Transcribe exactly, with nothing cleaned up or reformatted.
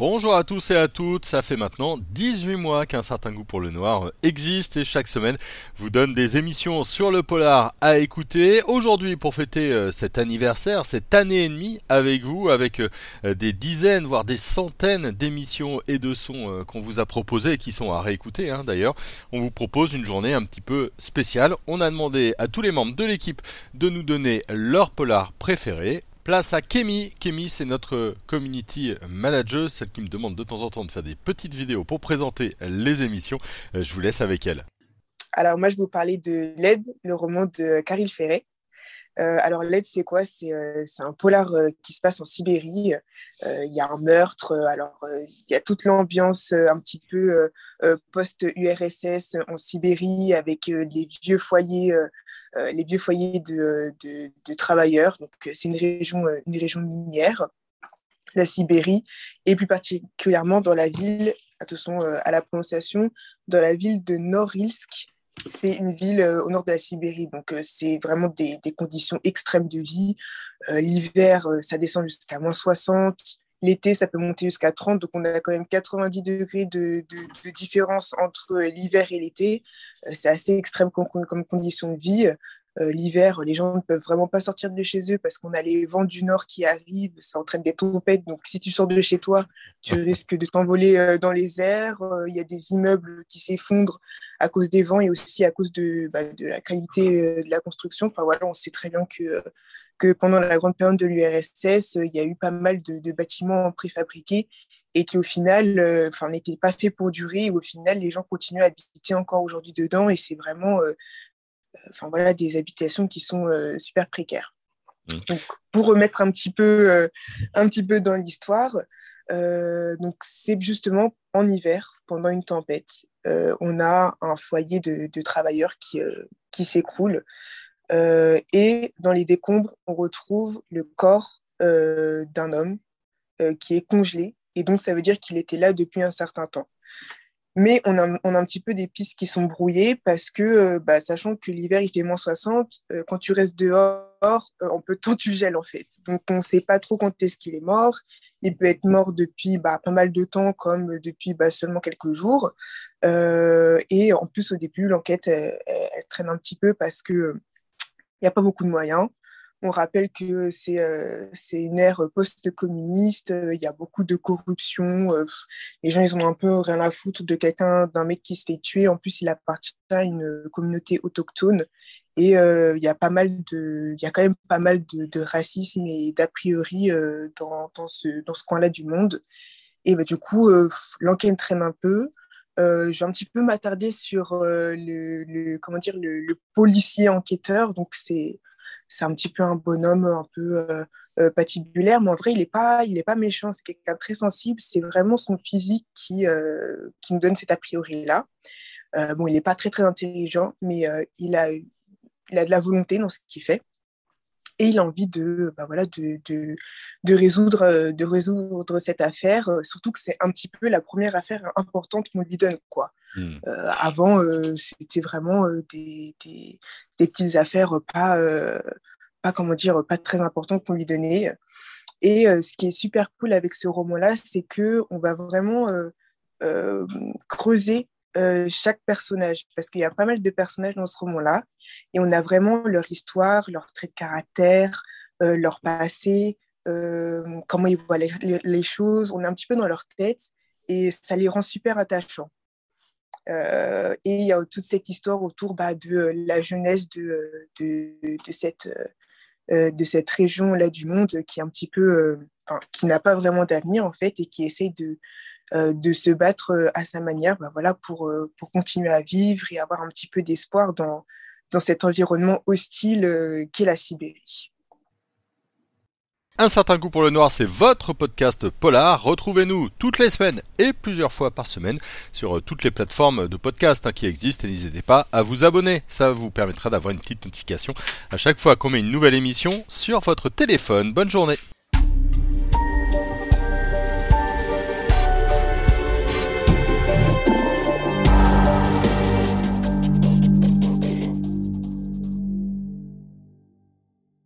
Bonjour à tous et à toutes, ça fait maintenant dix-huit mois qu'un certain goût pour le noir existe et chaque semaine vous donne des émissions sur le polar à écouter. Aujourd'hui, pour fêter euh, cet anniversaire, cette année et demie avec vous, avec euh, des dizaines voire des centaines d'émissions et de sons euh, qu'on vous a proposés et qui sont à réécouter hein, d'ailleurs, on vous propose une journée un petit peu spéciale. On a demandé à tous les membres de l'équipe de nous donner leur polar préféré. Place à Kémy. Kémy, c'est notre community manager, celle qui me demande de temps en temps de faire des petites vidéos pour présenter les émissions. Je vous laisse avec elle. Alors moi, je vais vous parler de L E D, le roman de Caril Ferret. Euh, alors L E D, c'est quoi ? C'est, euh, c'est un polar euh, qui se passe en Sibérie. Il euh, y a un meurtre, alors il euh, y a toute l'ambiance euh, un petit peu euh, euh, post-U R S S en Sibérie avec euh, les vieux foyers euh, Euh, les vieux foyers de, de, de travailleurs. Donc, c'est une région, une région minière, la Sibérie, et plus particulièrement dans la ville, attention euh, à la prononciation, dans la ville de Norilsk. C'est une ville euh, au nord de la Sibérie, donc euh, c'est vraiment des, des conditions extrêmes de vie. Euh, l'hiver, euh, ça descend jusqu'à moins soixante. L'été, ça peut monter jusqu'à trente, donc on a quand même quatre-vingt-dix degrés de, de, de différence entre l'hiver et l'été. Euh, c'est assez extrême comme, comme condition de vie. Euh, l'hiver, les gens ne peuvent vraiment pas sortir de chez eux parce qu'on a les vents du nord qui arrivent, ça entraîne des tempêtes. Donc si tu sors de chez toi, tu risques de t'envoler euh, dans les airs. Il euh, y a des immeubles qui s'effondrent à cause des vents et aussi à cause de, bah, de la qualité euh, de la construction. Enfin voilà, on sait très bien que... Euh, que pendant la grande période de l'U R S S, il y a eu pas mal de, de bâtiments préfabriqués et qui au final euh, n'étaient pas faits pour durer et au final les gens continuent à habiter encore aujourd'hui dedans et c'est vraiment euh, enfin, voilà, des habitations qui sont euh, super précaires. Mmh. Donc, pour remettre un petit peu, euh, un petit peu dans l'histoire, euh, donc c'est justement en hiver, pendant une tempête, euh, on a un foyer de, de travailleurs qui, euh, qui s'écroule. Euh, et dans les décombres, on retrouve le corps euh, d'un homme euh, qui est congelé. Et donc, ça veut dire qu'il était là depuis un certain temps. Mais on a, on a un petit peu des pistes qui sont brouillées parce que, euh, bah, sachant que l'hiver, il fait moins soixante, euh, quand tu restes dehors, euh, en peu de temps, tu gèles en fait. Donc, on ne sait pas trop quand est-ce qu'il est mort. Il peut être mort depuis bah, pas mal de temps, comme depuis bah, seulement quelques jours. Euh, et en plus, au début, l'enquête, elle, elle traîne un petit peu parce que il n'y a pas beaucoup de moyens. On rappelle que c'est, euh, c'est une ère post-communiste, euh, il y a beaucoup de corruption, euh, les gens ils ont un peu rien à foutre de quelqu'un, d'un mec qui se fait tuer, en plus il appartient à une communauté autochtone et euh, il y a pas mal de, il y a quand même pas mal de, de racisme et d'a priori euh, dans, dans, ce, dans ce coin-là du monde. Et bah, du coup, euh, l'enquête traîne un peu. Euh, je vais un petit peu m'attarder sur euh, le, le, comment dire, le, le policier enquêteur. Donc, c'est, c'est un petit peu un bonhomme un peu euh, euh, patibulaire, mais en vrai, il n'est pas, il est pas méchant. C'est quelqu'un de très sensible. C'est vraiment son physique qui, euh, qui nous donne cet a priori-là. Euh, bon, il n'est pas très, très intelligent, mais euh, il a, il a de la volonté dans ce qu'il fait. Et il a envie de, bah voilà, de, de, de, résoudre, de résoudre cette affaire, surtout que c'est un petit peu la première affaire importante qu'on lui donne, quoi. Mmh. Euh, avant, euh, c'était vraiment euh, des, des, des petites affaires pas, euh, pas, comment dire, pas très importantes qu'on lui donnait. Et euh, ce qui est super cool avec ce roman-là, c'est qu'on va vraiment euh, euh, creuser Euh, chaque personnage, parce qu'il y a pas mal de personnages dans ce roman-là, et on a vraiment leur histoire, leurs traits de caractère, euh, leur passé, euh, comment ils voient les, les, les choses, on est un petit peu dans leur tête, et ça les rend super attachants. Euh, et il y a toute cette histoire autour bah, de euh, la jeunesse de, de, de, cette, euh, de cette région-là du monde qui est un petit peu, euh, enfin, qui n'a pas vraiment d'avenir en fait, et qui essaye de Euh, de se battre euh, à sa manière bah, voilà, pour, euh, pour continuer à vivre et avoir un petit peu d'espoir dans, dans cet environnement hostile euh, qu'est la Sibérie. Un certain goût pour le noir, c'est votre podcast polar. Retrouvez-nous toutes les semaines et plusieurs fois par semaine sur toutes les plateformes de podcast hein, qui existent et n'hésitez pas à vous abonner. Ça vous permettra d'avoir une petite notification à chaque fois qu'on met une nouvelle émission sur votre téléphone. Bonne journée.